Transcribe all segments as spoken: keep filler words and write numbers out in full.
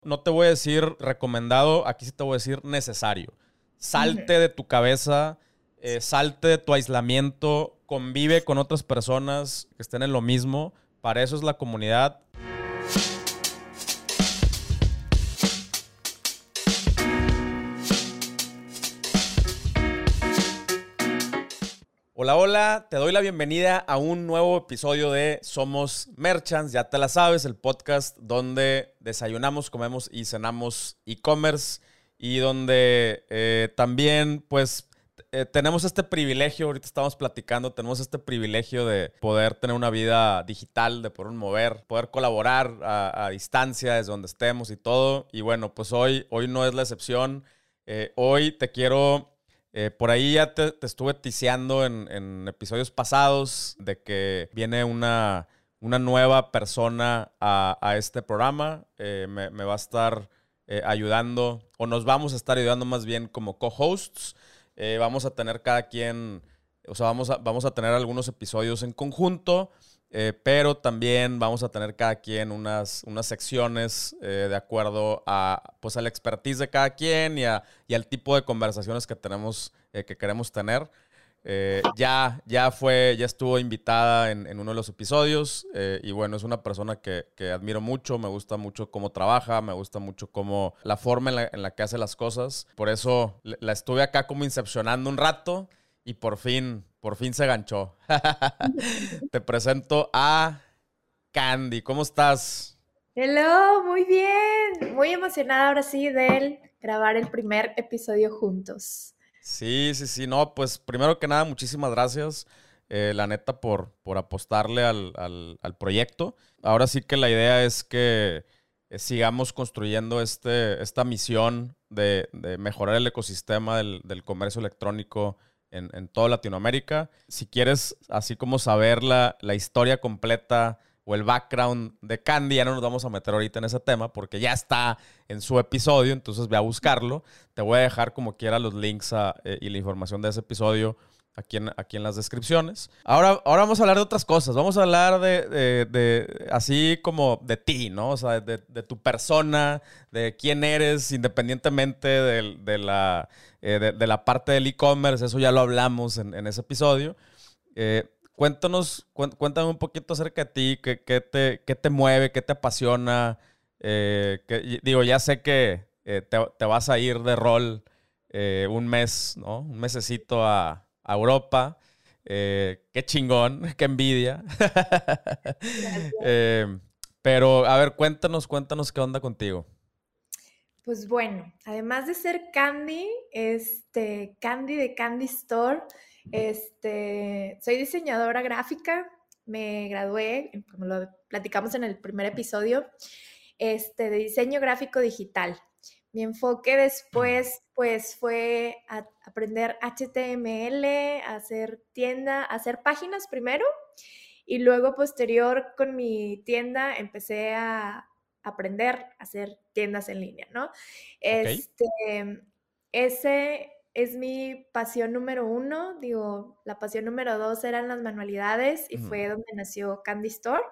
No te voy a decir recomendado, aquí sí te voy a decir necesario. Salte de tu cabeza, eh, salte de tu aislamiento, convive con otras personas que estén en lo mismo. Para eso es la comunidad. Hola, hola, te doy la bienvenida a un nuevo episodio de Somos Merchants, ya te la sabes, el podcast donde desayunamos, comemos y cenamos e-commerce y donde eh, también pues eh, tenemos este privilegio, ahorita estamos platicando, tenemos este privilegio de poder tener una vida digital, de poder mover, poder colaborar a, a distancia desde donde estemos y todo. Y bueno, pues hoy, hoy no es la excepción. Eh, hoy te quiero... Eh, por ahí ya te, te estuve tiseando en, en episodios pasados de que viene una, una nueva persona a, a este programa. Eh, me, me va a estar eh, ayudando, o nos vamos a estar ayudando más bien como co-hosts. Eh, vamos a tener cada quien, o sea, vamos a, vamos a tener algunos episodios en conjunto, eh, pero también vamos a tener cada quien unas, unas secciones eh, de acuerdo a, pues, a la expertise de cada quien y, a, y al tipo de conversaciones que tenemos, eh, que queremos tener. Eh, ya, ya fue, ya estuvo invitada en, en uno de los episodios eh, y bueno, es una persona que, que admiro mucho, me gusta mucho cómo trabaja, me gusta mucho cómo la forma en la, en la que hace las cosas. Por eso la estuve acá como incepcionando un rato y por fin, por fin se ganchó. Te presento a Candy. ¿Cómo estás? Hello, muy bien. Muy emocionada ahora sí de grabar el primer episodio juntos. Sí, sí, sí. No, pues primero que nada, muchísimas gracias, eh, la neta, por, por apostarle al, al, al proyecto. Ahora sí que la idea es que eh, sigamos construyendo este, esta misión de, de mejorar el ecosistema del, del comercio electrónico en, en toda Latinoamérica. Si quieres, así como saber la, la historia completa o el background de Candy, ya no nos vamos a meter ahorita en ese tema porque ya está en su episodio, entonces ve a buscarlo. Te voy a dejar como quiera los links a, eh, y la información de ese episodio aquí en, aquí en las descripciones. Ahora, ahora vamos a hablar de otras cosas. Vamos a hablar de, de, de así como de ti, ¿no? O sea, de, de tu persona, de quién eres, independientemente de, de, la, eh, de, de la parte del e-commerce. Eso ya lo hablamos en, en ese episodio. Eh, Cuéntanos, cuéntame un poquito acerca de ti, qué, qué te, qué te mueve, qué te apasiona. Eh, que, digo, ya sé que eh, te, te vas a ir de rol eh, un mes, ¿no? Un mesecito a, a Europa. Eh, qué chingón, qué envidia. Gracias. eh, pero, a ver, cuéntanos, cuéntanos qué onda contigo. Pues bueno, además de ser Candy, este, Candy de Candy Store, este, soy diseñadora gráfica, me gradué, como lo platicamos en el primer episodio, este, de diseño gráfico digital. Mi enfoque después, pues, fue a aprender H T M L, a hacer tienda, a hacer páginas primero, y luego posterior con mi tienda empecé a aprender a hacer tiendas en línea, ¿no? Ok. Este, ese es mi pasión número uno. Digo, la pasión número dos eran las manualidades y Ujú. fue donde nació Candy Store.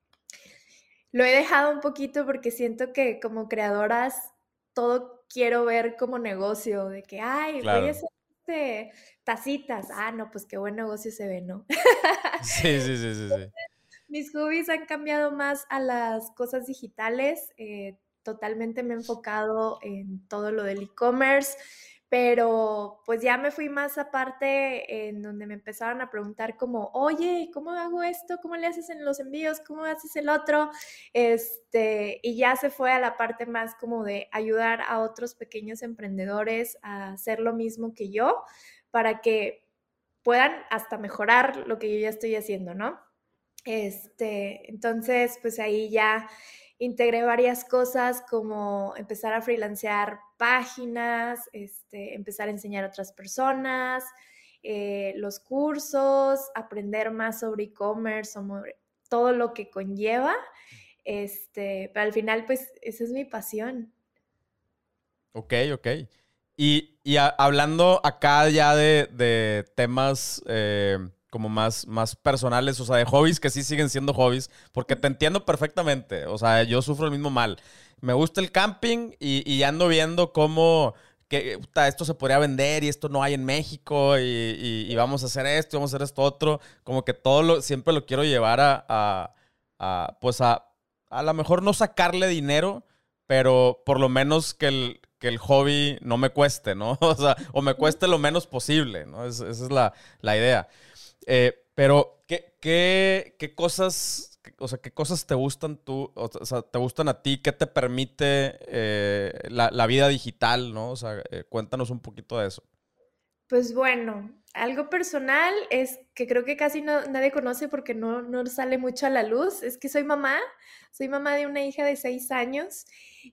Lo he dejado un poquito porque siento que como creadoras todo quiero ver como negocio, de que, ay, voy a Claro. hacer este, tacitas. Ah, no, pues qué buen negocio se ve, ¿no? Sí, sí, sí, sí, sí. Mis hobbies han cambiado más a las cosas digitales. Eh, totalmente me he enfocado en todo lo del e-commerce, pero pues ya me fui más aparte en donde me empezaron a preguntar como, oye, ¿cómo hago esto? ¿Cómo le haces en los envíos? ¿Cómo haces el otro? Este, y ya se fue a la parte más como de ayudar a otros pequeños emprendedores a hacer lo mismo que yo para que puedan hasta mejorar lo que yo ya estoy haciendo, ¿no? Este, entonces, pues ahí ya integré varias cosas como empezar a freelancear páginas, este, empezar a enseñar a otras personas, eh, los cursos, aprender más sobre e-commerce, sobre todo lo que conlleva. Este, pero al final, pues, esa es mi pasión. Ok, ok. Y, y a- hablando acá ya de, de temas, eh, como más, más personales, o sea, de hobbies que sí siguen siendo hobbies, porque te entiendo perfectamente, o sea, yo sufro el mismo mal. Me gusta el camping y, y ando viendo cómo que puta, esto se podría vender y esto no hay en México y, y- y vamos a hacer esto, vamos a hacer esto otro, como que todo lo, siempre lo quiero llevar a, a- a, pues a, a lo mejor no sacarle dinero, pero por lo menos que el, que el hobby no me cueste, ¿no? O sea, o me cueste lo menos posible, ¿no? Es- esa es la, la idea. Eh, pero, ¿qué, qué, qué cosas, qué- o sea, qué cosas te gustan tú, o sea, te gustan a ti? ¿Qué te permite eh, la, la vida digital, ¿no? O sea, eh, cuéntanos un poquito de eso. Pues bueno, algo personal es que creo que casi no, nadie conoce porque no, no sale mucho a la luz. Es que soy mamá, soy mamá de una hija de seis años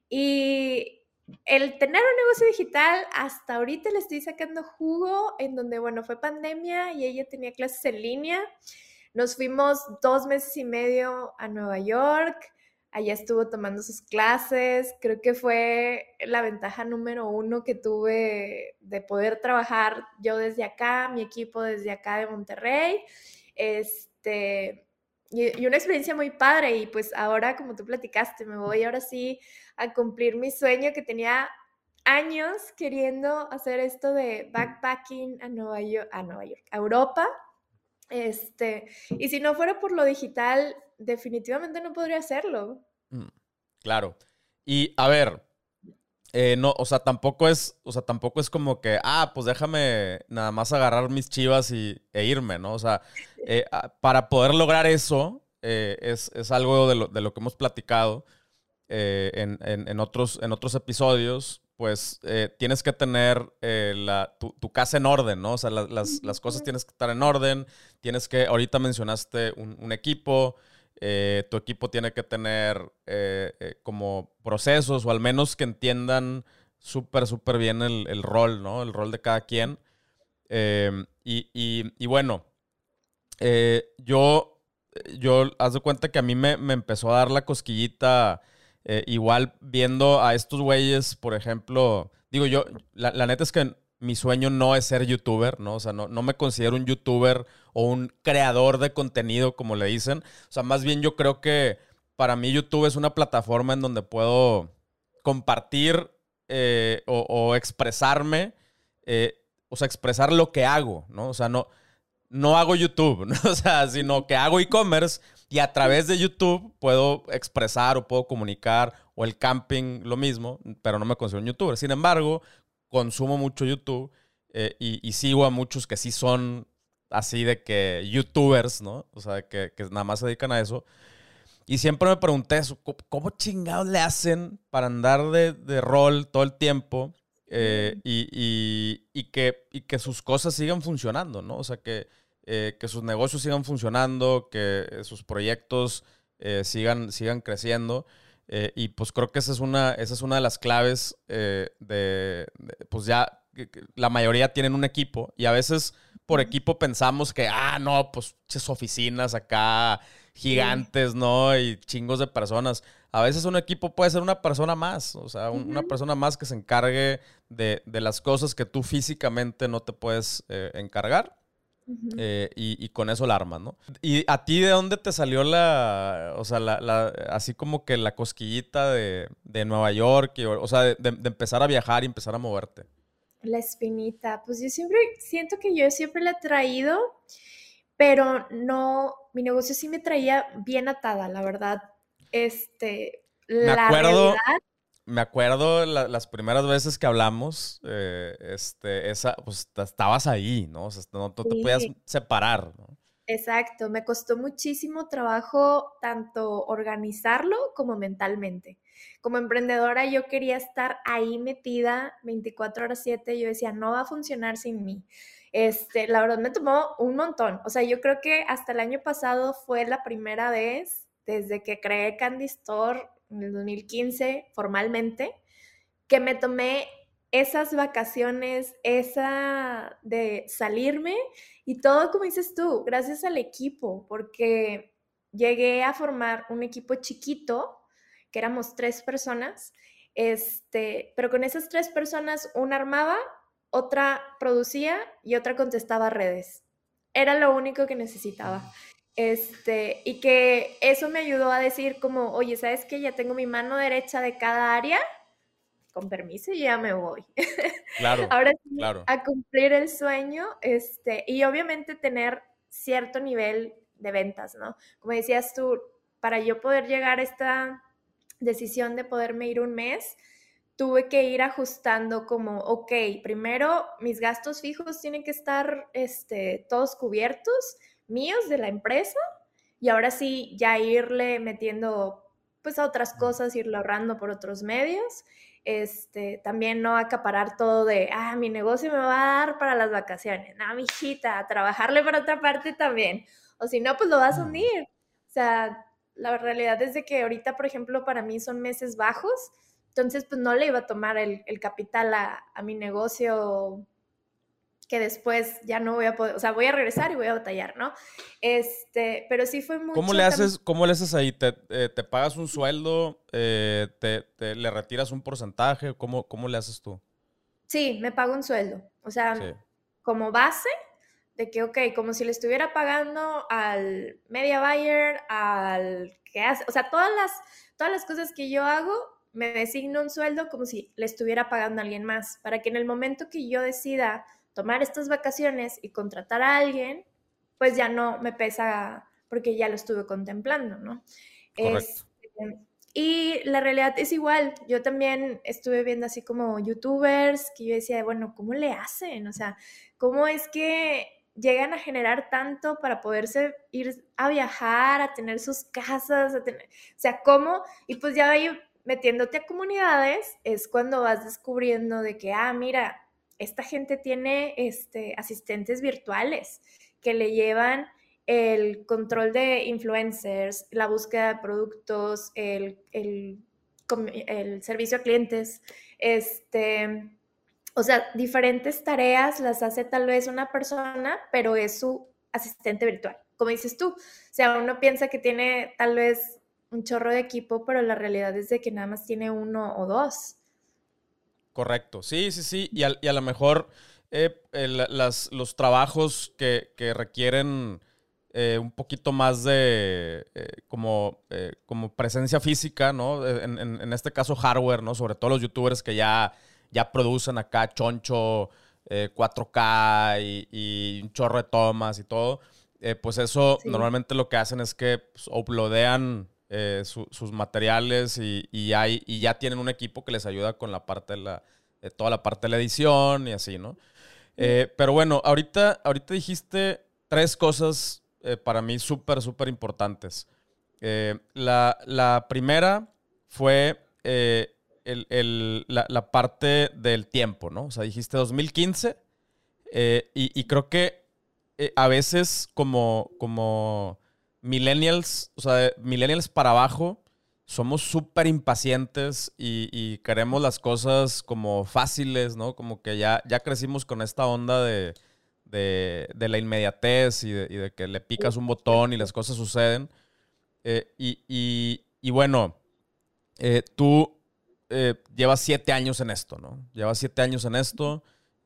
y el tener un negocio digital hasta ahorita le estoy sacando jugo en donde, bueno, fue pandemia y ella tenía clases en línea. Nos fuimos dos meses y medio a Nueva York. Allá estuvo tomando sus clases. Creo que fue la ventaja número uno que tuve de poder trabajar yo desde acá, mi equipo desde acá de Monterrey. Este, y, y una experiencia muy padre. Y pues ahora, como tú platicaste, me voy ahora sí a cumplir mi sueño que tenía años queriendo hacer esto de backpacking a Nueva York, a Nueva York, a Europa. Este, y si no fuera por lo digital, definitivamente no podría hacerlo. Mm, claro. Y a ver, eh, no, o sea, tampoco es, o sea, tampoco es como que, ah, pues déjame nada más agarrar mis chivas y, e irme, ¿no? O sea, eh, a- para poder lograr eso, eh, es, es algo de lo, de lo que hemos platicado eh, en, en- en otros, en otros episodios, pues eh, tienes que tener eh, la, tu, tu casa en orden, ¿no? O sea, la- las, las cosas tienes que estar en orden, tienes que, ahorita mencionaste un, un equipo, eh, tu equipo tiene que tener eh, eh, como procesos o al menos que entiendan súper, súper bien el, el rol, ¿no? El rol de cada quien. Eh, y, y- y bueno, eh, yo, yo, haz de cuenta que a mí me, me empezó a dar la cosquillita, eh, igual viendo a estos güeyes, por ejemplo, digo yo, la, la neta es que mi sueño no es ser youtuber, ¿no? O sea, no, no me considero un youtuber o un creador de contenido, como le dicen. O sea, más bien yo creo que para mí YouTube es una plataforma en donde puedo compartir eh, o, o expresarme, eh, o sea, expresar lo que hago, ¿no? O sea, no, no hago YouTube, ¿no? O sea, sino que hago e-commerce y a través de YouTube puedo expresar o puedo comunicar, o el camping lo mismo, pero no me considero un youtuber. Sin embargo, consumo mucho YouTube eh, y, y sigo a muchos que sí son así de que youtubers, ¿no? O sea, que, que nada más se dedican a eso. Y siempre me pregunté eso, ¿cómo, cómo chingados le hacen para andar de, de rol todo el tiempo eh, y, y- y que, y que sus cosas sigan funcionando, ¿no? O sea, que, eh, que sus negocios sigan funcionando, que eh, sus proyectos eh, sigan, sigan creciendo. Eh, y pues creo que esa es una, esa es una de las claves eh, de, de, pues ya, que- que la mayoría tienen un equipo y a veces por equipo pensamos que, ah, no, pues muchas oficinas acá Sí. gigantes, ¿no? Y chingos de personas. A veces un equipo puede ser una persona más, o sea, un- una Ujú, persona más que se encargue de, de las cosas que tú físicamente no te puedes eh, encargar. ujú. eh, y, y con eso la armas, ¿no? ¿Y a ti de dónde te salió la, o sea, la, la- así como que la cosquillita de, de Nueva York, y, o sea, de, de- de empezar a viajar y empezar a moverte? La espinita, pues yo siempre siento que yo siempre la he traído, pero no, mi negocio sí me traía bien atada, la verdad. Este, Me la acuerdo, realidad, me acuerdo la- las primeras veces que hablamos, eh, este, esa, pues t- estabas ahí, ¿no? O sea, no, no te podías sí. separar, ¿no? Exacto, me costó muchísimo trabajo tanto organizarlo como mentalmente. Como emprendedora yo quería estar ahí metida veinticuatro horas siete, yo decía, no va a funcionar sin mí. Este, la verdad me tomó un montón. O sea, yo creo que hasta el año pasado fue la primera vez desde que creé Candy Store en el dos mil quince formalmente que me tomé esas vacaciones, esa de salirme y todo como dices tú, gracias al equipo, porque llegué a formar un equipo chiquito, que éramos tres personas, este, pero con esas tres personas una armaba, otra producía y otra contestaba redes. era lo único que necesitaba. Este, y que eso me ayudó a decir como, oye, ¿sabes qué? Ya tengo mi mano derecha de cada área, con permiso y ya me voy. Claro, Ahora sí, claro. a cumplir el sueño, este, y obviamente tener cierto nivel de ventas, ¿no? Como decías tú, para yo poder llegar a esta decisión de poderme ir un mes, tuve que ir ajustando como, ok, primero mis gastos fijos tienen que estar este, todos cubiertos, míos de la empresa, y ahora sí ya irle metiendo pues a otras cosas, irle ahorrando por otros medios. Este, también no acaparar todo de, ah, mi negocio me va a dar para las vacaciones. No, mijita, a trabajarle por otra parte también. O si no, pues lo vas a hundir. O sea, la realidad es de que ahorita, por ejemplo, para mí son meses bajos, entonces pues no le iba a tomar el, el capital a, a mi negocio que después ya no voy a poder, o sea, voy a regresar y voy a batallar, ¿no? Este, pero sí fue ¿Cómo mucho le también. haces, cómo le haces ahí? ¿Te, eh, te pagas un sueldo? Eh, te, te- ¿Le retiras un porcentaje? ¿Cómo, cómo le haces tú? Sí, me pago un sueldo, o sea, Sí. como base de que, ok, como si le estuviera pagando al media buyer, al que hace, o sea, todas las, todas las cosas que yo hago, me designo un sueldo como si le estuviera pagando a alguien más, para que en el momento que yo decida tomar estas vacaciones y contratar a alguien, pues ya no me pesa porque ya lo estuve contemplando, ¿no? Correcto. Este, y la realidad es igual, yo también estuve viendo así como youtubers que yo decía, bueno, ¿cómo le hacen? O sea, ¿cómo es que llegan a generar tanto para poderse ir a viajar, a tener sus casas, a tener, o sea, ¿cómo? Y pues ya ahí metiéndote a comunidades es cuando vas descubriendo de que, ah, mira, esta gente tiene este, asistentes virtuales que le llevan el control de influencers, la búsqueda de productos, el, el, el servicio a clientes, este, o sea, diferentes tareas las hace tal vez una persona, pero es su asistente virtual, como dices tú. O sea, uno piensa que tiene tal vez un chorro de equipo, pero la realidad es de que nada más tiene uno o dos. Correcto. Sí, sí, sí. Y, al- y a lo mejor eh, el- las, los trabajos que, que requieren eh, un poquito más de eh, como, eh, como presencia física, ¿no? Eh, En, en- en este caso hardware, ¿no? Sobre todo los youtubers que ya, ya producen acá choncho, eh, cuatro K y, y un chorro de tomas y todo. Eh, pues eso Sí. normalmente lo que hacen es que pues, uploadean eh, su- sus materiales y, y, hay, y ya tienen un equipo que les ayuda con la parte de la, de toda la parte de la edición y así, ¿no? Eh, pero bueno, ahorita, ahorita dijiste tres cosas eh, para mí súper, súper importantes. Eh, la, la primera fue eh, el- el- la, la parte del tiempo, ¿no? O sea, dijiste dos mil quince eh, y, y creo que eh, a veces como, como millennials, o sea, millennials para abajo, somos súper impacientes y, y queremos las cosas como fáciles, ¿no? Como que ya, ya crecimos con esta onda de, de, de la inmediatez y de, y de que le picas un botón y las cosas suceden. Eh, y, y- y bueno, eh, tú eh, llevas siete años en esto, ¿no? Llevas siete años en esto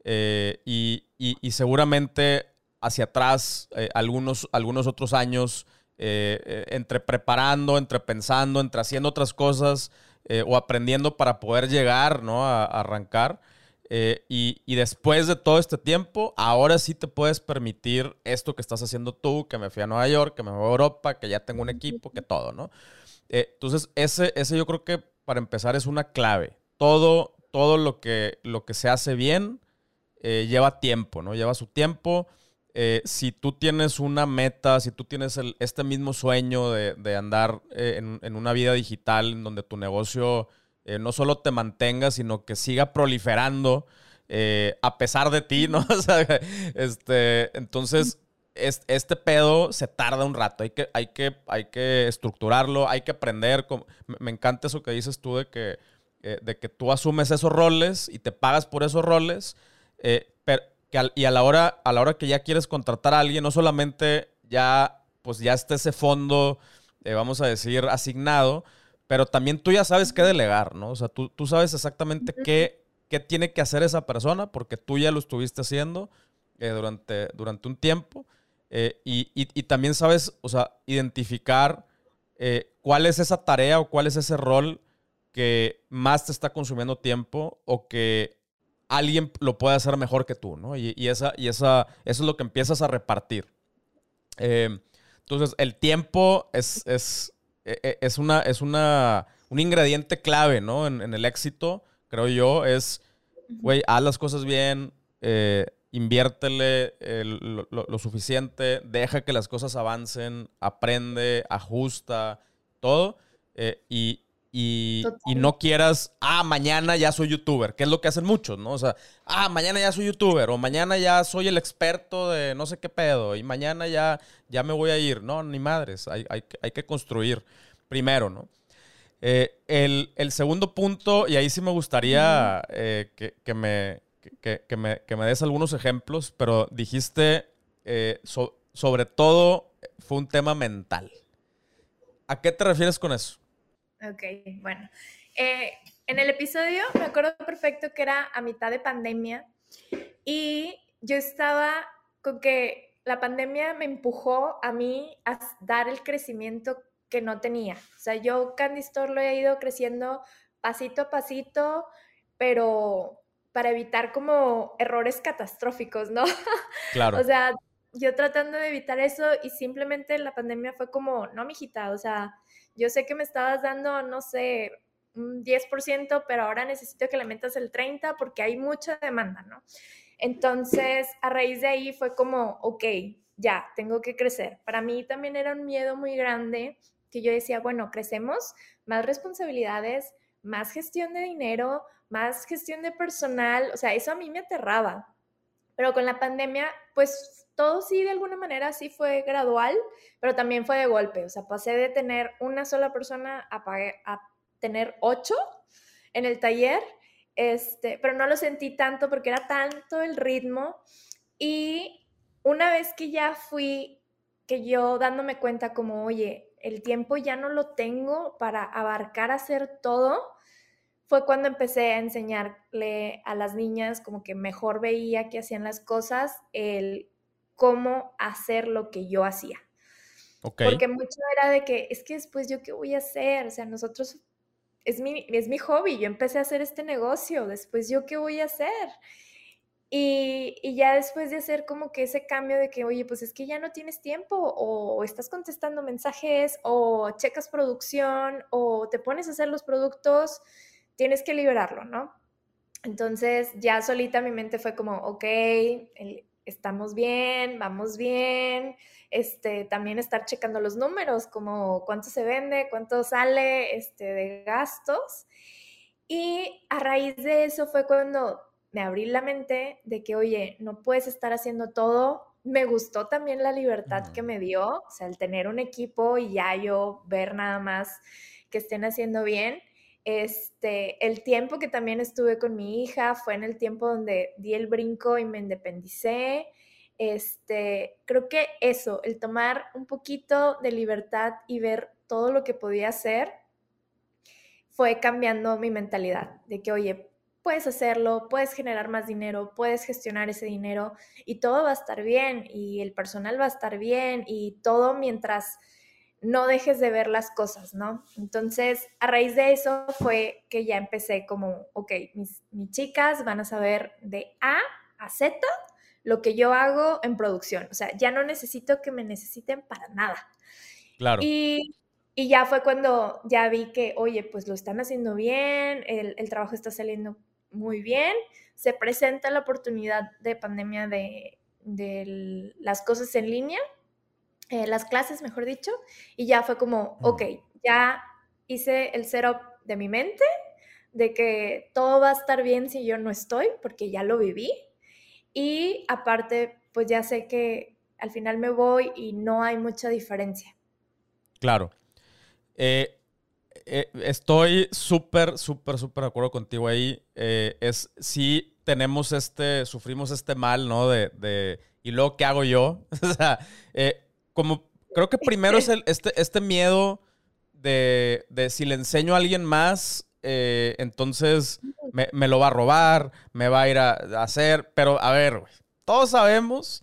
eh, y, y- y seguramente hacia atrás eh, algunos, algunos otros años eh, eh, entre preparando, entre pensando, entre haciendo otras cosas eh, o aprendiendo para poder llegar, ¿no? A, a arrancar. Eh, y, y después de todo este tiempo, ahora sí te puedes permitir esto que estás haciendo tú, que me fui a Nueva York, que me voy a Europa, que ya tengo un equipo, que todo, ¿no? Eh, entonces, ese, ese yo creo que para empezar es una clave. Todo, todo lo que, lo que se hace bien eh, lleva tiempo, ¿no? Lleva su tiempo. Eh, si tú tienes una meta, si tú tienes el- este mismo sueño de, de andar eh, en, en una vida digital en donde tu negocio eh, no solo te mantenga, sino que siga proliferando eh, a pesar de ti, ¿no? O sea, este, entonces, es- este pedo se tarda un rato. Hay que, hay que, hay que estructurarlo, hay que aprender. Como- me me encanta eso que dices tú de que, eh, de que tú asumes esos roles y te pagas por esos roles. Eh, pero, que al- y a la hora, a la hora que ya quieres contratar a alguien, no solamente ya, pues ya está ese fondo, eh, vamos a decir, asignado, pero también tú ya sabes qué delegar, ¿no? O sea, tú, tú sabes exactamente qué, qué tiene que hacer esa persona porque tú ya lo estuviste haciendo eh, durante, durante un tiempo. eh, y, y, y también sabes, o sea, identificar eh, cuál es esa tarea o cuál es ese rol que más te está consumiendo tiempo o que alguien lo puede hacer mejor que tú, ¿no? Y, y, esa, y esa, eso es lo que empiezas a repartir. Eh, entonces, el tiempo es, es, e- es, una, es una, un ingrediente clave, ¿no? En, en el éxito, creo yo, es, Ujú. güey, haz las cosas bien, eh, inviértele eh, lo, lo- lo suficiente, deja que las cosas avancen, aprende, ajusta, todo, eh, y, y, y Total. no quieras, ah, mañana ya soy youtuber, que es lo que hacen muchos, ¿no? O sea, ah, mañana ya soy youtuber, o mañana ya soy el experto de no sé qué pedo, y mañana ya, ya me voy a ir. No, ni madres, hay, hay, que- hay que construir primero, ¿no? Eh, el, el segundo punto, y ahí sí me Ujú. gustaría eh, que, que me, que, que me, que me des algunos ejemplos, pero dijiste, eh, so- sobre todo, fue un tema mental. ¿A qué te refieres con eso? Ok, bueno. Eh, en el episodio me acuerdo perfecto que era a mitad de pandemia y yo estaba con que la pandemia me empujó a mí a dar el crecimiento que no tenía. O sea, yo Candy Store lo he ido creciendo pasito a pasito, pero para evitar como errores catastróficos, ¿no? O Claro, sea, yo tratando de evitar eso y simplemente la pandemia fue como, no, mijita, o sea, yo sé que me estabas dando, no sé, un diez por ciento, pero ahora necesito que le metas el treinta por ciento porque hay mucha demanda, ¿no? Entonces, a raíz de ahí fue como, ok, ya, tengo que crecer. Para mí también era un miedo muy grande que yo decía, bueno, crecemos, más responsabilidades, más gestión de dinero, más gestión de personal, o sea, eso a mí me aterraba. Pero con la pandemia, pues todo sí, de alguna manera sí fue gradual, pero también fue de golpe. O sea, pasé de tener una sola persona a, a tener ocho en el taller, este, pero no lo sentí tanto porque era tanto el ritmo. Y una vez que ya fui, que yo dándome cuenta como, oye, el tiempo ya no lo tengo para abarcar hacer todo, fue cuando empecé a enseñarle a las niñas como que mejor veía que hacían las cosas, el cómo hacer lo que yo hacía. ok, Porque mucho era de que, es que después yo qué voy a hacer, o sea, nosotros, es mi, es mi hobby, yo empecé a hacer este negocio, después yo qué voy a hacer. Y, y ya después de hacer como que ese cambio de que, oye, pues es que ya no tienes tiempo, o estás contestando mensajes, o checas producción, o te pones a hacer los productos, tienes que liberarlo, ¿no? Entonces ya solita mi mente fue como, ok, el- estamos bien, vamos bien, este, también estar checando los números, como cuánto se vende, cuánto sale este, de gastos. Y a raíz de eso fue cuando me abrí la mente de que, oye, no puedes estar haciendo todo. Me gustó también la libertad que mm, me dio, o sea, el tener un equipo y ya yo ver nada más que estén haciendo bien. Este, el tiempo que también estuve con mi hija fue en el tiempo donde di el brinco y me independicé. Este, creo que eso, el tomar un poquito de libertad y ver todo lo que podía hacer, fue cambiando mi mentalidad de que, oye, puedes hacerlo, puedes generar más dinero, puedes gestionar ese dinero y todo va a estar bien y el personal va a estar bien y todo mientras no dejes de ver las cosas, ¿no? Entonces, a raíz de eso fue que ya empecé como, ok, mis, mis chicas van a saber de A a Z lo que yo hago en producción. O sea, ya no necesito que me necesiten para nada. claro. Y, y ya fue cuando ya vi que, oye, pues lo están haciendo bien, el, el trabajo está saliendo muy bien, se presenta la oportunidad de pandemia de, de las cosas en línea, eh, las clases, mejor dicho, y ya fue como, ok, Mm, ya hice el setup de mi mente, de que todo va a estar bien si yo no estoy, porque ya lo viví, y aparte, pues ya sé que al final me voy y no hay mucha diferencia. claro. Eh, eh, estoy súper, súper, súper de acuerdo contigo ahí. Eh, es, sí tenemos este, sufrimos este mal, ¿no? De, de, ¿y luego qué hago yo? O sea, eh, como creo que primero es el, este, este miedo de, de si le enseño a alguien más, eh, entonces me, me lo va a robar, me va a ir a, a hacer. Pero a ver, güey, todos sabemos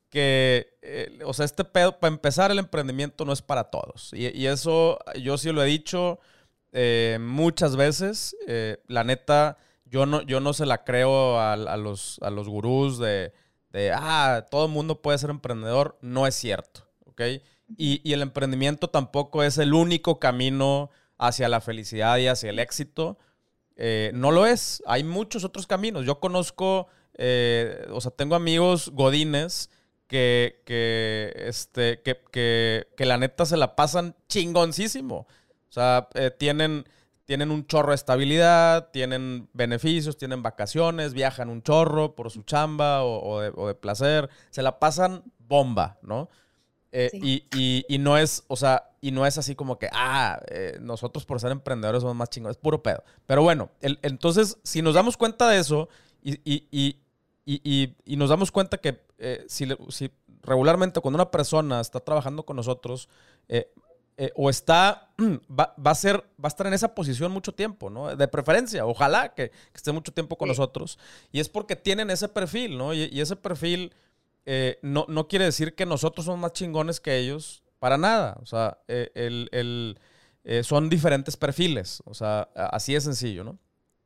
que, eh, o sea, este pedo, para empezar, el emprendimiento no es para todos. Y, y eso yo sí lo he dicho eh, muchas veces. Eh, la neta, yo no, yo no se la creo a, a los, a los gurús de, de, ah, todo el mundo puede ser emprendedor. No es cierto, ¿ok? Y, y el emprendimiento tampoco es el único camino hacia la felicidad y hacia el éxito. Eh, no lo es. Hay muchos otros caminos. Yo conozco, eh, o sea, tengo amigos godines que, que, este, que, que, que la neta se la pasan chingoncísimo. O sea, eh, tienen, tienen un chorro de estabilidad, tienen beneficios, tienen vacaciones, viajan un chorro por su chamba o, o, de, o de placer. Se la pasan bomba, ¿no? Eh, Sí. y, y, y no es, o sea, y no es así como que, ah, eh, nosotros por ser emprendedores somos más chingones, es puro pedo. Pero bueno, el, entonces, si nos damos cuenta de eso y, y, y, y, y, y nos damos cuenta que eh, si, le- si regularmente cuando una persona está trabajando con nosotros eh, eh, o está, va, va a ser, va a estar en esa posición mucho tiempo, ¿no? De preferencia, ojalá que, que esté mucho tiempo con Sí. nosotros. Y es porque tienen ese perfil, ¿no? Y, y ese perfil eh, no, no quiere decir que nosotros somos más chingones que ellos, para nada. O sea, eh, el, el, eh, son diferentes perfiles. O sea, a- así de sencillo, ¿no?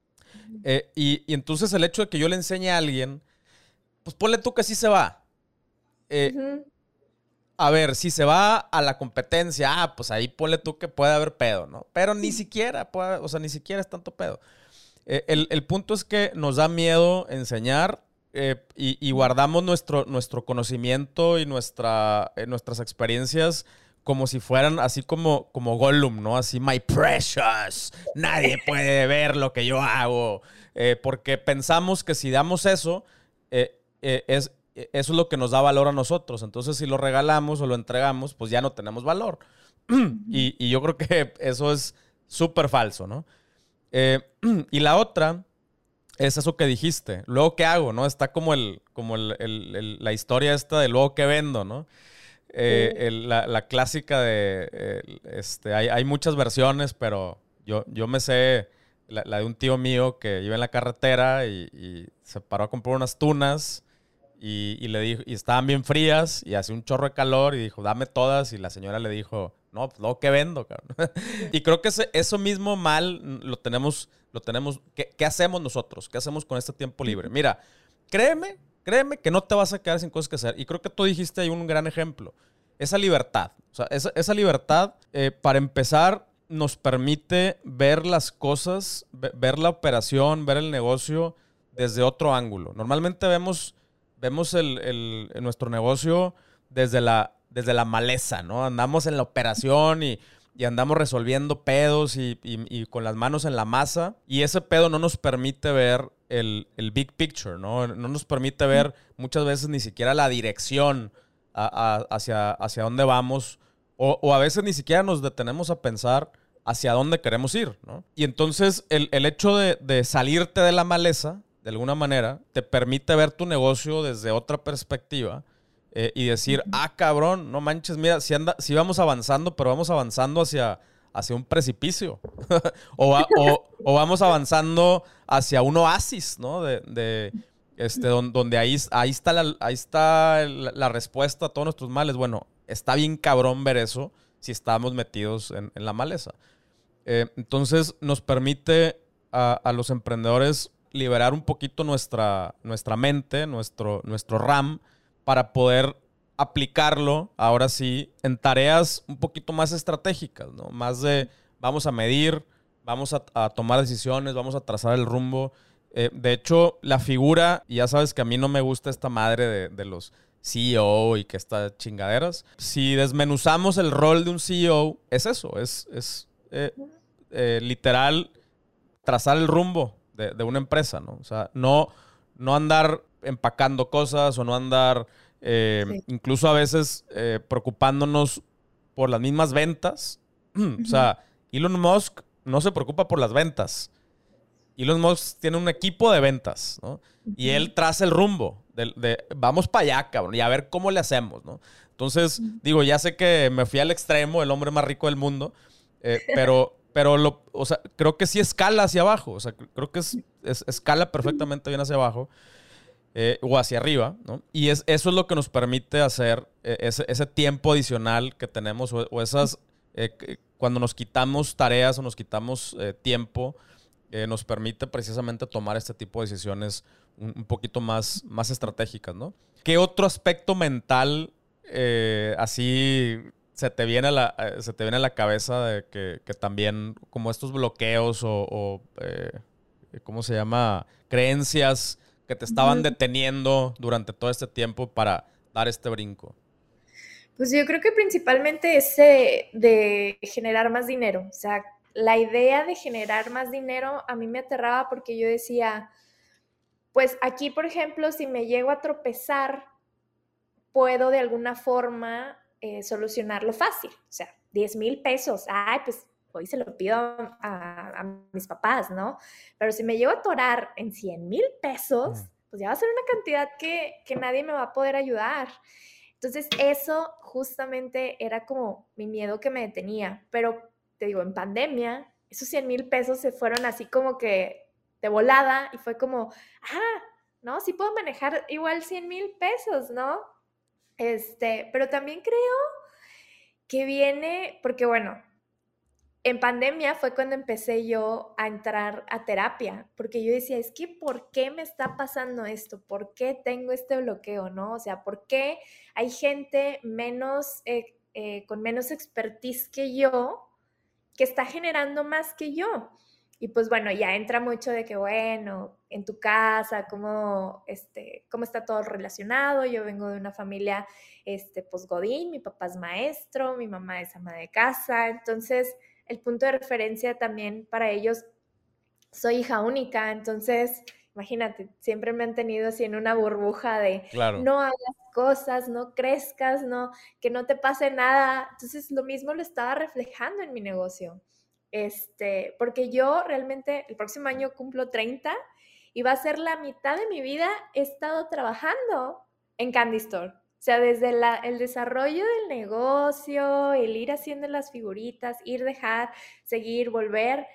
Eh, y, y entonces el hecho de que yo le enseñe a alguien, pues ponle tú que sí se va. Eh, Ujú. a ver, si se va a la competencia, ah, pues ahí ponle tú que puede haber pedo, ¿no? Pero ni siquiera, puede- o sea, ni siquiera es tanto pedo. Eh, el, el punto es que nos da miedo enseñar eh, y, y guardamos nuestro, nuestro conocimiento y nuestra, eh, nuestras experiencias como si fueran así como, como Gollum, ¿no? Así, my precious, nadie puede ver lo que yo hago. Eh, porque pensamos que si damos eso, eh, eh, es, eh, eso es lo que nos da valor a nosotros. Entonces, si lo regalamos o lo entregamos, pues ya no tenemos valor. Ujú. Y, y yo creo que eso es súper falso, ¿no? Eh, y la otra es eso que dijiste. Luego, ¿qué hago? ¿No? Está como, el, como el, el- el- la historia esta de luego, ¿qué vendo? ¿No? Eh, Sí. el- la, la clásica de... eh, este, hay, hay muchas versiones, pero yo, yo me sé la, la de un tío mío que iba en la carretera y, y se paró a comprar unas tunas y, y le dijo, y estaban bien frías y hacía un chorro de calor y dijo, dame todas. Y la señora le dijo, no, pues luego, ¿qué vendo, cabrón? Y creo que ese- eso mismo mal mm, lo tenemos, lo tenemos. ¿Qué, qué hacemos nosotros? ¿Qué hacemos con este tiempo libre? Mira, créeme, créeme que no te vas a quedar sin cosas que hacer. Y creo que tú dijiste ahí un gran ejemplo. Esa libertad. O sea, esa, esa libertad, eh, para empezar, nos permite ver las cosas, ve- ver la operación, ver el negocio desde otro ángulo. Normalmente vemos, vemos el, el- el- nuestro negocio desde la, desde la maleza, ¿no? Andamos en la operación y, y andamos resolviendo pedos y, y- y con las manos en la masa. Y ese pedo no nos permite ver el, el big picture, ¿no? No nos permite ver muchas veces ni siquiera la dirección a- a- hacia, hacia dónde vamos. O, o a veces ni siquiera nos detenemos a pensar hacia dónde queremos ir, ¿no? Y entonces el, el hecho de, de salirte de la maleza, de alguna manera, te permite ver tu negocio desde otra perspectiva eh, y decir, Ujú. ah, cabrón, no manches, mira, si, anda, si vamos avanzando, pero vamos avanzando hacia, hacia un precipicio. o, va- o, o vamos avanzando hacia un oasis, ¿no? De, de, este, don- donde ahí, ahí está, la, ahí está la, la respuesta a todos nuestros males. Bueno, está bien cabrón ver eso si estamos metidos en, en la maleza. Eh, entonces nos permite a, a los emprendedores liberar un poquito nuestra, nuestra mente, nuestro, nuestro RAM, para poder aplicarlo, ahora sí, en tareas un poquito más estratégicas, ¿no? Más de vamos a medir, vamos a, a tomar decisiones, vamos a trazar el rumbo. Eh, de hecho, la figura, y ya sabes que a mí no me gusta esta madre de, de los C E O y que estas chingaderas. Si desmenuzamos el rol de un C E O, es eso, es, es eh, eh, literal trazar el rumbo de, de una empresa, ¿no? O sea, no, no andar empacando cosas o no andar eh, Sí. incluso a veces eh, preocupándonos por las mismas ventas. O Ujú. sea, Elon Musk no se preocupa por las ventas. Elon Musk tiene un equipo de ventas, ¿no? Y Ujú. él traza el rumbo de, de vamos para allá, cabrón, y a ver cómo le hacemos, ¿no? Entonces, digo, ya sé que me fui al extremo, el hombre más rico del mundo, eh, pero, pero lo, o sea, creo que sí escala hacia abajo, o sea, creo que es, es- escala perfectamente bien hacia abajo. eh, o hacia arriba, ¿no? Y es, eso es lo que nos permite hacer eh, ese, ese tiempo adicional que tenemos o, o esas, eh, cuando nos quitamos tareas o nos quitamos eh, tiempo, eh, nos permite precisamente tomar este tipo de decisiones un, un poquito más, más estratégicas, ¿no? ¿Qué otro aspecto mental eh, así se te viene a la, se te viene a la cabeza de que, que también como estos bloqueos o, o eh, ¿cómo se llama? Creencias que te estaban deteniendo durante todo este tiempo para dar este brinco? Pues yo creo que principalmente ese de generar más dinero. O sea, la idea de generar más dinero a mí me aterraba porque yo decía, pues aquí, por ejemplo, si me llego a tropezar, puedo de alguna forma eh, solucionarlo fácil. O sea, diez mil pesos. Ay, pues hoy se lo pido a, a, a mis papás, ¿no? Pero si me llego a atorar en cien mil pesos, mm. pues ya va a ser una cantidad que, que nadie me va a poder ayudar. Entonces, eso justamente era como mi miedo que me detenía. Pero te digo, en pandemia, esos cien mil pesos se fueron así como que de volada y fue como, ah, no, sí puedo manejar igual cien mil pesos, ¿no? Este, pero también creo que viene, porque bueno, en pandemia fue cuando empecé yo a entrar a terapia, porque yo decía, es que ¿por qué me está pasando esto? ¿Por qué tengo este bloqueo, no? O sea, ¿por qué hay gente menos, eh, eh, con menos expertise que yo que está generando más que yo? Y pues bueno, ya entra mucho de que, bueno, en tu casa, cómo, este, cómo está todo relacionado. Yo vengo de una familia, este, pues godín, mi papá es maestro, mi mamá es ama de casa, entonces el punto de referencia también para ellos, soy hija única, entonces imagínate, siempre me han tenido así en una burbuja de claro. No hagas cosas, no crezcas, no, que no te pase nada. Entonces lo mismo lo estaba reflejando en mi negocio. Este, porque yo realmente el próximo año cumplo treinta y va a ser la mitad de mi vida he estado trabajando en Candy Store. O sea, desde la, el desarrollo del negocio, el ir haciendo las figuritas, ir, dejar, seguir, volver.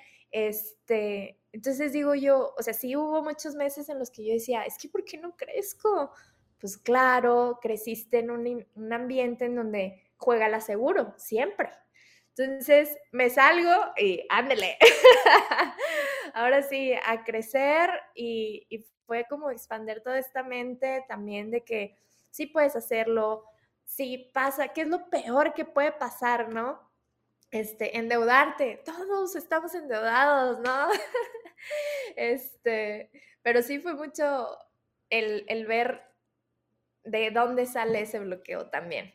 Este, entonces digo yo, o sea, sí hubo muchos meses en los que yo decía, es que ¿por qué no crezco? Pues claro, creciste en un, un ambiente en donde juega la seguro, siempre. Entonces me salgo y ándele. Ahora sí, a crecer y, y fue como expandir toda esta mente también de que sí puedes hacerlo, sí pasa, ¿qué es lo peor que puede pasar, no? Este, endeudarte, todos estamos endeudados, ¿no? Este, pero sí fue mucho el, el ver de dónde sale ese bloqueo también.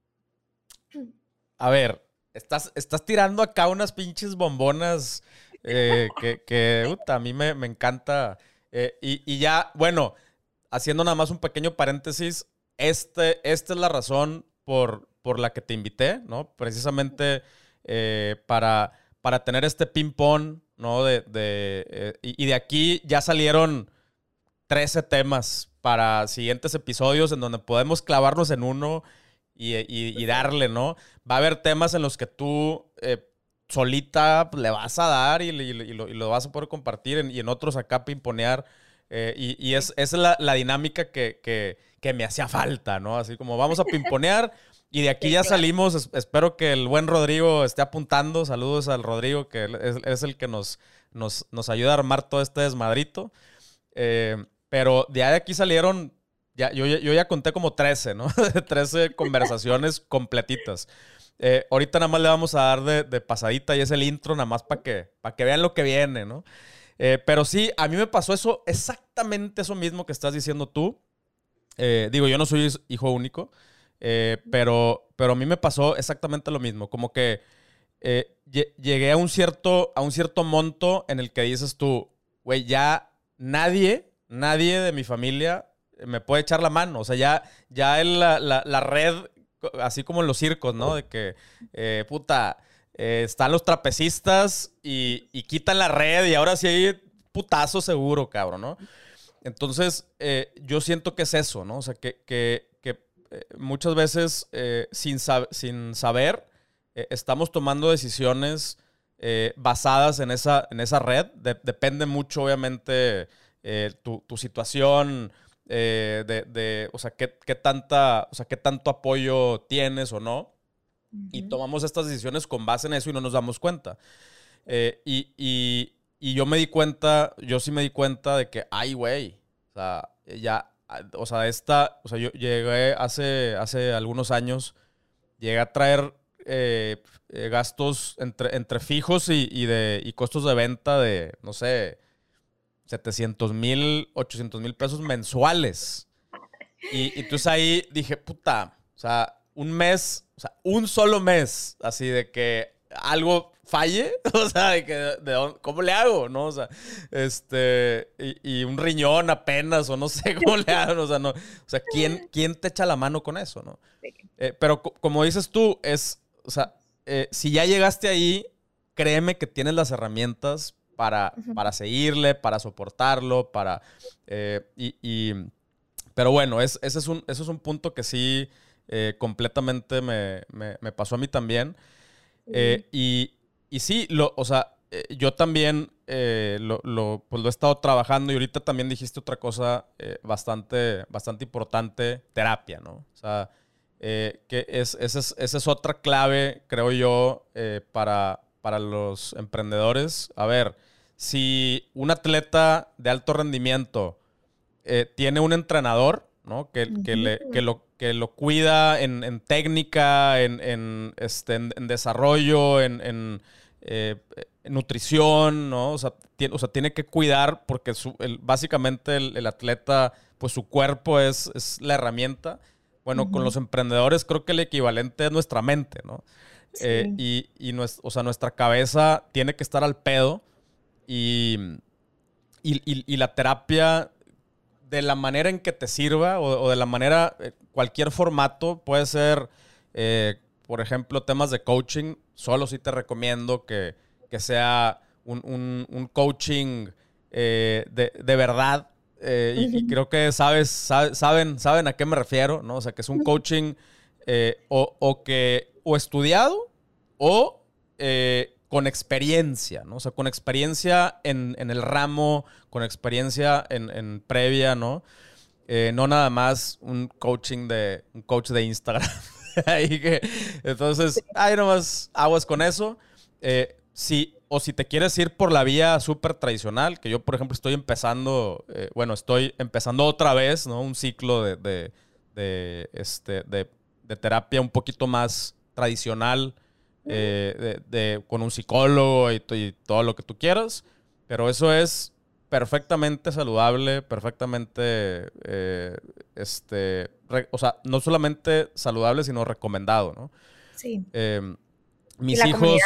A ver, estás, estás tirando acá unas pinches bombonas eh, que, que uta, a mí me, me encanta. Eh, y, y ya, bueno, haciendo nada más un pequeño paréntesis, este, esta es la razón por, por la que te invité, ¿no? Precisamente eh, para, para tener este ping-pong, ¿no? De, de, eh, y, y de aquí ya salieron trece temas para siguientes episodios en donde podemos clavarnos en uno y, y, y darle, ¿no? Va a haber temas en los que tú eh, solita le vas a dar y, y, y, lo, y lo vas a poder compartir en, y en otros acá pimponear. Eh, y, y es, esa es la, la dinámica que, que, que me hacía falta, ¿no? Así como vamos a pimponear y de aquí sí, ya claro. salimos. Es, espero que el buen Rodrigo esté apuntando. Saludos al Rodrigo, que es, es el que nos, nos, nos ayuda a armar todo este desmadrito. Eh, pero de ahí de aquí salieron, ya, yo, yo ya conté como trece, ¿no? trece conversaciones completitas. Eh, ahorita nada más le vamos a dar de, de pasadita y es el intro nada más para que, pa que vean lo que viene, ¿no? Eh, pero sí, a mí me pasó eso, exactamente eso mismo que estás diciendo tú. Eh, digo, yo no soy hijo único, eh, pero, pero a mí me pasó exactamente lo mismo. Como que eh, llegué a un, cierto, a un cierto monto en el que dices tú, güey, ya nadie, nadie de mi familia me puede echar la mano. O sea, ya, ya el, la, la, la red, así como en los circos, ¿no? De que, eh, puta... Eh, están los trapecistas y, y quitan la red y ahora sí hay putazo seguro, cabrón, ¿no? Entonces, eh, yo siento que es eso, ¿no? O sea, que, que, que eh, muchas veces eh, sin, sab sin saber eh, estamos tomando decisiones eh, basadas en esa, en esa red. De depende mucho, obviamente, eh, tu, tu situación eh, de, de, o sea, qué, qué tanta, o sea, qué tanto apoyo tienes o no. Uh-huh. Y tomamos estas decisiones con base en eso y no nos damos cuenta. Eh, y, y, y yo me di cuenta, yo sí me di cuenta de que, ay, güey, o sea, ya, o sea, esta, o sea, yo llegué hace, hace algunos años, llegué a traer eh, eh, gastos entre, entre fijos y, y, de, y costos de venta de, no sé, setecientos mil, ochocientos mil pesos mensuales. Y, y entonces ahí dije, puta, o sea, un mes, o sea, un solo mes, así de que algo falle, o sea, de que, de, de, ¿cómo le hago? ¿No? O sea, este, y, y un riñón apenas, o no sé cómo le hago, o sea, no, o sea, ¿quién, quién te echa la mano con eso, no? Eh, pero co- como dices tú, es, o sea, eh, si ya llegaste ahí, créeme que tienes las herramientas para, uh-huh. para seguirle, para soportarlo, para, eh, y, y, pero bueno, es, ese, es un, ese es un punto que sí eh, completamente me, me, me pasó a mí también. Eh, y, y sí, lo, o sea, eh, yo también eh, lo, lo, pues lo he estado trabajando y ahorita también dijiste otra cosa eh, bastante, bastante importante, terapia, ¿no? O sea, eh, que es, esa, es, esa es otra clave, creo yo, eh, para, para los emprendedores. A ver, si un atleta de alto rendimiento eh, tiene un entrenador, ¿no? Que, que, le, que, lo, que lo cuida en, en técnica, en, en, este, en, en desarrollo, en, en, eh, en nutrición, ¿no? O sea, tiene, o sea, tiene que cuidar porque su, el, básicamente el, el atleta, pues su cuerpo es, es la herramienta. Bueno, uh-huh. con los emprendedores creo que el equivalente es nuestra mente, ¿no? Sí. Eh, y, y nues, o sea, nuestra cabeza tiene que estar al pedo y, y, y, y la terapia de la manera en que te sirva o, o de la manera, eh, cualquier formato, puede ser, eh, por ejemplo, temas de coaching. Solo sí te recomiendo que, que sea un, un, un coaching eh, de, de verdad. Eh, y, y creo que sabes, sabe, saben, saben a qué me refiero, ¿no? O sea, que es un coaching eh, o, o, que, o estudiado o eh, con experiencia, ¿no? O sea, con experiencia en, en el ramo, con experiencia en, en previa, ¿no? Eh, no nada más un coaching de, un coach de Instagram. Ahí que, entonces, ahí nomás aguas con eso. Eh, si, o si te quieres ir por la vía súper tradicional, que yo, por ejemplo, estoy empezando, eh, bueno, estoy empezando otra vez, ¿no? Un ciclo de, de, de, este, de, de terapia un poquito más tradicional, eh, de, de, con un psicólogo y, y todo lo que tú quieras, pero eso es perfectamente saludable, perfectamente, eh, este, re, o sea, no solamente saludable, sino recomendado, ¿no? Sí. Eh, mis ¿Y la hijos... comunidad?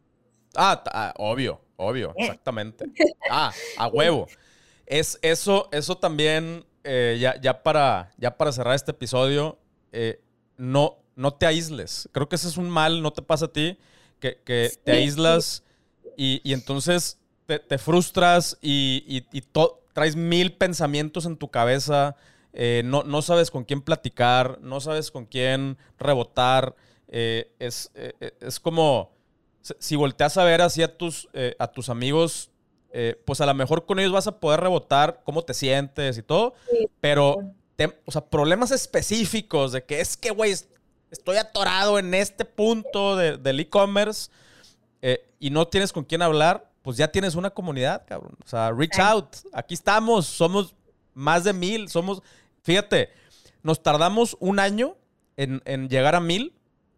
Ah, ah, obvio, obvio, exactamente. Ah, a huevo. Es eso, eso también, eh, ya, ya, para, ya para cerrar este episodio, eh, no, no te aísles. Creo que ese es un mal, no te pasa a ti, que, que sí, te aíslas sí. y, y entonces te, te frustras y, y, y to, traes mil pensamientos en tu cabeza, eh, no, no sabes con quién platicar, no sabes con quién rebotar. Eh, es, eh, es como... Si volteas a ver así a tus, eh, a tus amigos, eh, pues a lo mejor con ellos vas a poder rebotar cómo te sientes y todo, sí, pero, te, o sea, problemas específicos de que es que, güey, estoy atorado en este punto de, del e-commerce eh, y no tienes con quién hablar, pues ya tienes una comunidad, cabrón. O sea, reach sí. out. Aquí estamos, somos más de mil, somos, fíjate, nos tardamos un año en, en llegar a mil.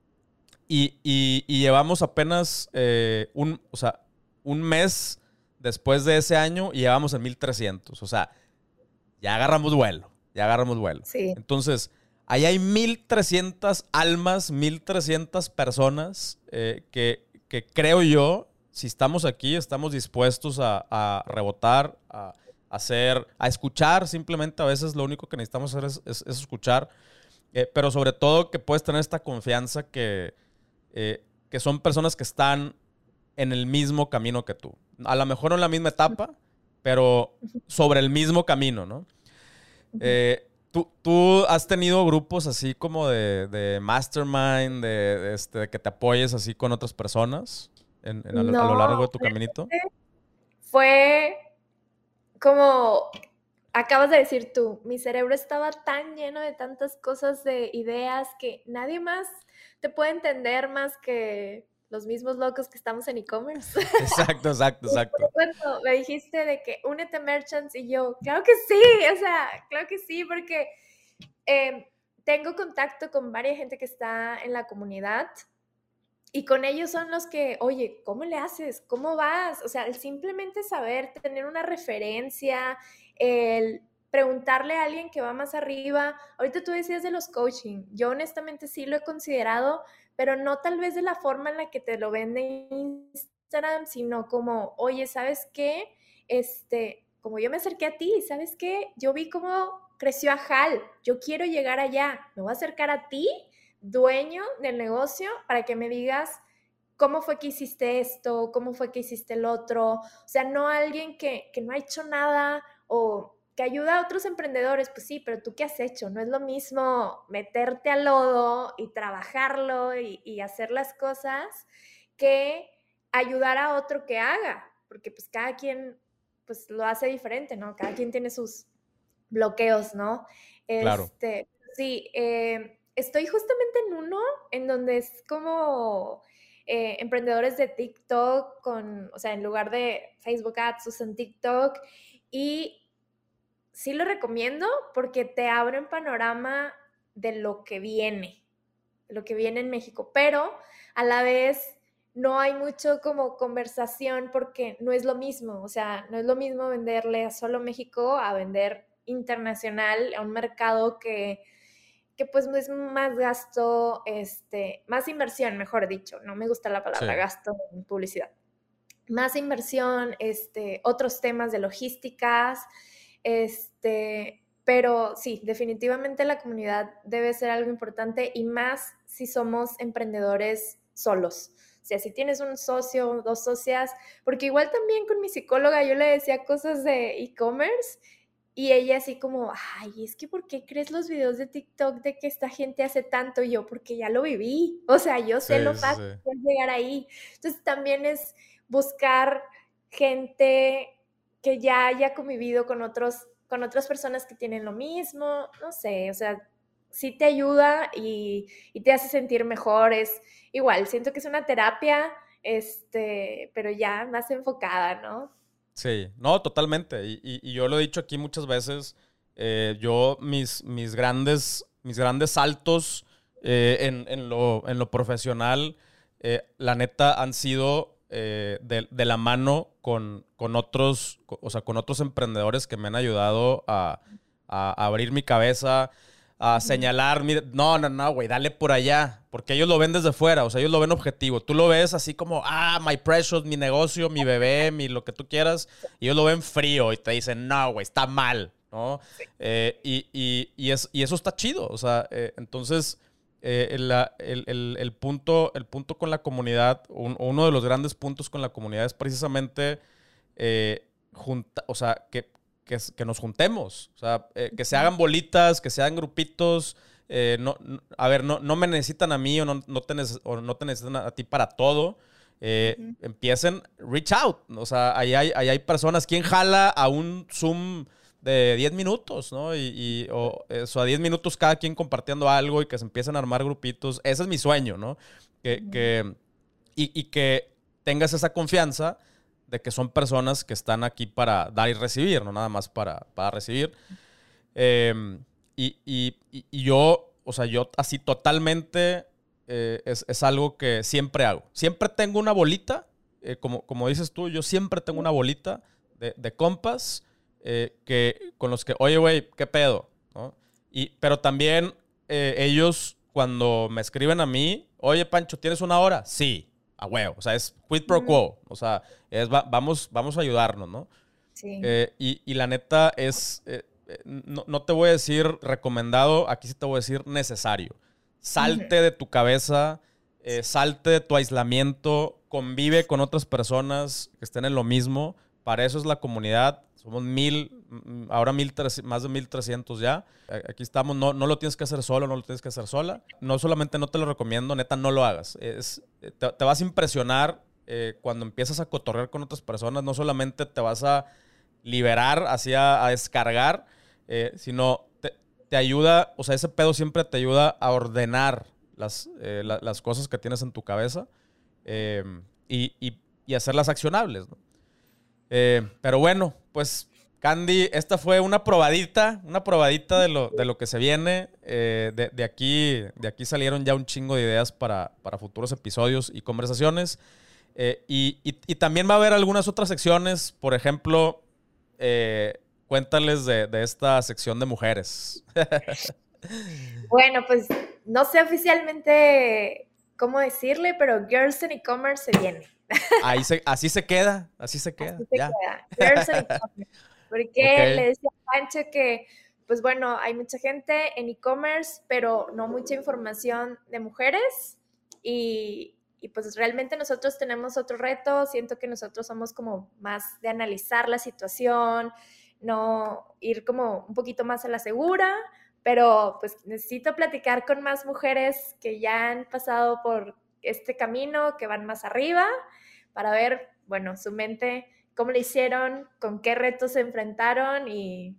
Y, y, y llevamos apenas eh, un, o sea, un mes después de ese año y llevamos en mil trescientos. O sea, ya agarramos vuelo. Ya agarramos vuelo. Sí. Entonces, ahí hay mil trescientas almas, mil trescientas personas eh, que, que creo yo, si estamos aquí, estamos dispuestos a, a rebotar, a, a hacer, a escuchar. Simplemente a veces lo único que necesitamos hacer es, es, es escuchar. Eh, pero sobre todo que puedes tener esta confianza que... Eh, que son personas que están en el mismo camino que tú. A lo mejor no en la misma etapa, pero sobre el mismo camino, ¿no? Eh, ¿tú, ¿Tú has tenido grupos así como de, de mastermind, de, de, este, de que te apoyes así con otras personas en, en, a, no, a lo largo de tu caminito? Fue como acabas de decir tú, mi cerebro estaba tan lleno de tantas cosas, de ideas, que nadie más te puede entender más que los mismos locos que estamos en e-commerce. Exacto, exacto, exacto. Cuando me dijiste de que únete a Merchants y yo, claro que sí, o sea, claro que sí, porque eh, tengo contacto con varias gente que está en la comunidad y con ellos son los que, oye, ¿cómo le haces? ¿Cómo vas? O sea, el simplemente saber, tener una referencia, el preguntarle a alguien que va más arriba. Ahorita tú decías de los coaching. Yo honestamente sí lo he considerado, pero no tal vez de la forma en la que te lo vende Instagram, sino como, oye, ¿sabes qué? Este, como yo me acerqué a ti, ¿sabes qué? Yo vi cómo creció Ajal. Yo quiero llegar allá. Me voy a acercar a ti, dueño del negocio, para que me digas cómo fue que hiciste esto, cómo fue que hiciste el otro. O sea, no alguien que, que no ha hecho nada o que ayuda a otros emprendedores. Pues sí, pero tú qué has hecho. No es lo mismo meterte al lodo y trabajarlo y, y hacer las cosas que ayudar a otro que haga, porque pues cada quien pues lo hace diferente, ¿no? Cada quien tiene sus bloqueos, ¿no? Claro. Este, sí, eh, estoy justamente en uno en donde es como eh, emprendedores de TikTok con, o sea, en lugar de Facebook Ads usan TikTok y sí lo recomiendo porque te abre un panorama de lo que viene, de lo que viene en México, pero a la vez no hay mucho como conversación porque no es lo mismo, o sea, no es lo mismo venderle a solo México a vender internacional a un mercado que, que pues es más gasto, este, más inversión, mejor dicho, no me gusta la palabra Sí. gasto en publicidad, más inversión, este, otros temas de logísticas, este, pero sí, definitivamente la comunidad debe ser algo importante y más si somos emprendedores solos. O sea, si tienes un socio, dos socias, porque igual también con mi psicóloga yo le decía cosas de e-commerce y ella así como, ay, es que ¿por qué crees los videos de TikTok de que esta gente hace tanto? Y yo, porque ya lo viví. O sea, yo sé lo Sí, sí, fácil sí. que es llegar ahí. Entonces también es buscar gente que ya haya convivido con otros, con otras personas que tienen lo mismo, no sé, o sea, sí te ayuda y, y te hace sentir mejor, es igual, siento que es una terapia, este, pero ya más enfocada, ¿no? Sí, no, totalmente. Y, y- y yo lo he dicho aquí muchas veces. eh, yo, mis, mis grandes, mis grandes saltos eh, en, en lo, en lo profesional, eh, la neta, han sido eh, de, de la mano con, con otros, co- o sea, con otros emprendedores que me han ayudado a, a abrir mi cabeza, a Ujú. señalar, mire, no, no, no, güey, dale por allá, porque ellos lo ven desde fuera, o sea, ellos lo ven objetivo. Tú lo ves así como, ah, my precious, mi negocio, mi bebé, mi lo que tú quieras, y ellos lo ven frío y te dicen, no, güey, está mal, ¿no? Sí. Eh, y, y, y, es, y eso está chido, o sea, eh, entonces, eh, el, la- el, el- el punto, el punto con la comunidad, un- uno de los grandes puntos con la comunidad es precisamente, eh, junta, o sea, que, que, que nos juntemos, o sea, eh, que se hagan bolitas, que se hagan grupitos. eh, no, no- a ver, no, no me necesitan a mí o no, no te, neces- o no te necesitan a, a ti para todo. Eh, Ujú. empiecen, reach out. O sea, ahí hay, ahí hay personas. ¿Quién jala a un Zoom de diez minutos, ¿no? Y, y o, eso, a diez minutos cada quien compartiendo algo y que se empiecen a armar grupitos. Ese es mi sueño, ¿no? Que, Ujú. que, y, y que tengas esa confianza de que son personas que están aquí para dar y recibir, no nada más para, para recibir. Eh, y, y- y- y yo, o sea, yo así totalmente eh, es, es algo que siempre hago. Siempre tengo una bolita, eh, como, como dices tú, yo siempre tengo una bolita de, de compas eh, que, con los que, oye, güey, ¿qué pedo? ¿No? Y, pero también eh, ellos, cuando me escriben a mí, oye, Pancho, ¿tienes una hora? Sí, a huevo. O sea, es quid pro Ujú. quo. O sea, es, va- vamos, vamos a ayudarnos, ¿no? Sí. Eh, y, y la neta es, eh, eh, no, no te voy a decir recomendado, aquí sí te voy a decir necesario. Ujú. Salte de tu cabeza, eh, salte de tu aislamiento, convive con otras personas que estén en lo mismo. Para eso es la comunidad. Somos mil, mm, ahora mil tres- más de mil trescientos ya. A- Aquí estamos, no, no lo tienes que hacer solo, no lo tienes que hacer sola. No solamente no te lo recomiendo, neta, no lo hagas. Es, te, te vas a impresionar eh, cuando empiezas a cotorrear con otras personas. No solamente te vas a liberar, así a, a descargar, eh, sino te, te ayuda, o sea, ese pedo siempre te ayuda a ordenar las, eh, la, las cosas que tienes en tu cabeza eh, y, y, y hacerlas accionables, ¿no? Eh, pero bueno, pues Candy, esta fue una probadita, una probadita de lo, de lo que se viene. Eh, de, de, aquí, de aquí salieron ya un chingo de ideas para, para futuros episodios y conversaciones. Eh, y, y, y también va a haber algunas otras secciones, por ejemplo, eh, cuéntales de, de esta sección de mujeres. Bueno, pues no sé oficialmente cómo decirle, pero Girls in E-Commerce se viene. Ahí se, así se queda, así se queda. Así se ya. queda. Girls in E-Commerce. Porque Okay. le decía a Pancho que, pues bueno, hay mucha gente en e-commerce, pero no mucha información de mujeres. Y, y pues realmente nosotros tenemos otro reto. Siento que nosotros somos como más de analizar la situación, no ir como un poquito más a la segura. Pero pues necesito platicar con más mujeres que ya han pasado por este camino, que van más arriba, para ver, bueno, su mente, cómo le hicieron, con qué retos se enfrentaron y,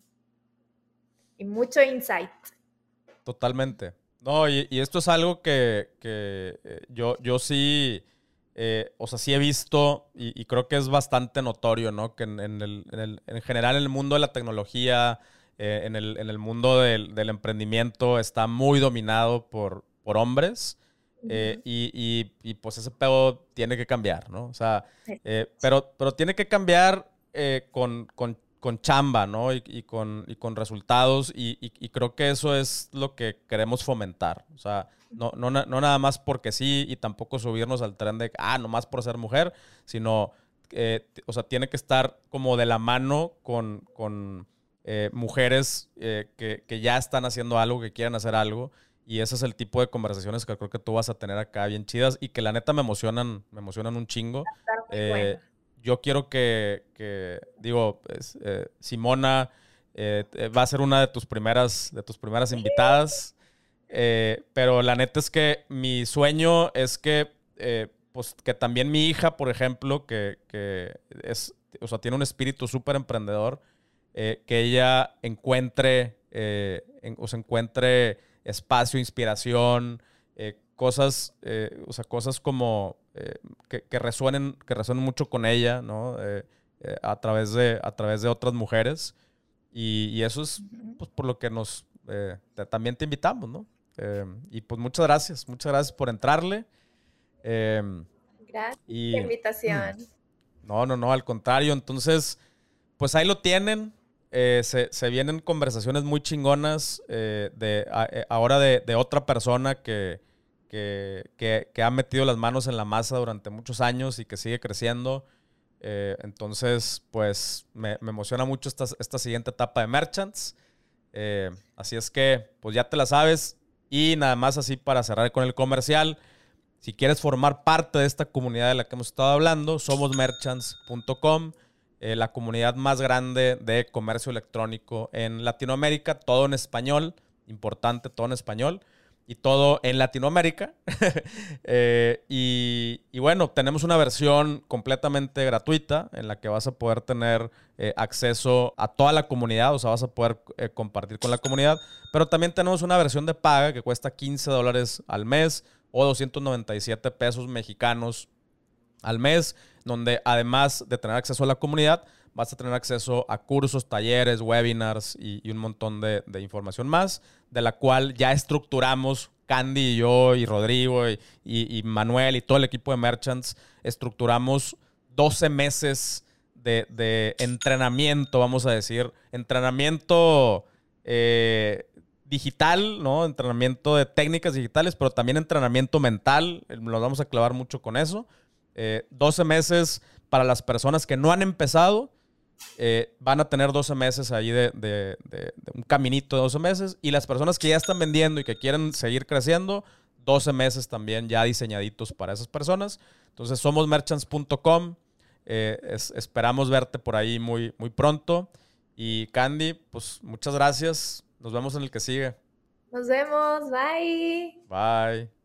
y mucho insight. Totalmente. No, y, y esto es algo que, que eh, yo, yo sí, eh, o sea, sí he visto y, y creo que es bastante notorio, ¿no? Que en, en, el, en, el, en general en el mundo de la tecnología, eh, en, el, en el mundo del, del emprendimiento está muy dominado por, por hombres. Eh, Uh-huh. y, y, y pues ese pedo tiene que cambiar, ¿no? O sea, Sí. eh, pero, pero tiene que cambiar eh, con, con, con chamba, ¿no? Y, y, con, y con resultados. Y, y, y creo que eso es lo que queremos fomentar. O sea, no, no, no nada más porque sí y tampoco subirnos al tren de, ah, nomás por ser mujer, sino, eh, o sea, tiene que estar como de la mano con, con eh, mujeres eh, que, que ya están haciendo algo, que quieren hacer algo. Y ese es el tipo de conversaciones que creo que tú vas a tener acá bien chidas y que la neta me emocionan, me emocionan un chingo. Está muy Eh, bueno. yo quiero que, que digo, pues, eh, Simona eh, va a ser una de tus primeras, de tus primeras invitadas. Eh, pero la neta es que mi sueño es que, eh, pues, que también mi hija, por ejemplo, que, que es, o sea, tiene un espíritu súper emprendedor, eh, que ella encuentre, eh, en, o sea, encuentre espacio, inspiración, eh, cosas, eh, o sea, cosas como eh, que, que resuenen, que resuenen mucho con ella, ¿no? Eh, eh, a través de, a través de otras mujeres. Y, y eso es Uh-huh. pues, por lo que nos eh, te, también te invitamos, ¿no? Eh, y pues muchas gracias, muchas gracias por entrarle. Eh, Gracias por la y invitación. no, no, no, al contrario. Entonces, pues ahí lo tienen. Eh, se, se vienen conversaciones muy chingonas eh, de, a, eh, ahora de, de otra persona que, que, que, que ha metido las manos en la masa durante muchos años y que sigue creciendo. Eh, entonces, pues me, me emociona mucho esta, esta siguiente etapa de Merchants. Eh, así es que, pues ya te la sabes. Y nada más así para cerrar con el comercial. Si quieres formar parte de esta comunidad de la que hemos estado hablando, somos merchants punto com, eh, la comunidad más grande de comercio electrónico en Latinoamérica, todo en español, importante, todo en español, y todo en Latinoamérica. eh, y, y bueno, tenemos una versión completamente gratuita en la que vas a poder tener eh, acceso a toda la comunidad, o sea, vas a poder eh, compartir con la comunidad, pero también tenemos una versión de paga que cuesta quince dólares al mes o doscientos noventa y siete pesos mexicanos al mes, donde además de tener acceso a la comunidad, vas a tener acceso a cursos, talleres, webinars y, y un montón de, de información más, de la cual ya estructuramos Candy y yo y Rodrigo y, y, y Manuel y todo el equipo de Merchants, estructuramos doce meses de, de entrenamiento, vamos a decir, entrenamiento eh, digital, ¿no? Entrenamiento de técnicas digitales, pero también entrenamiento mental. Nos vamos a clavar mucho con eso. Eh, doce meses para las personas que no han empezado. Eh, van a tener doce meses ahí de, de, de, de un caminito de doce meses. Y las personas que ya están vendiendo y que quieren seguir creciendo, doce meses también ya diseñaditos para esas personas. Entonces, somos merchants punto com. Eh, es, esperamos verte por ahí muy, muy pronto. Y Candy, pues muchas gracias. Nos vemos en el que sigue. Nos vemos. Bye. Bye.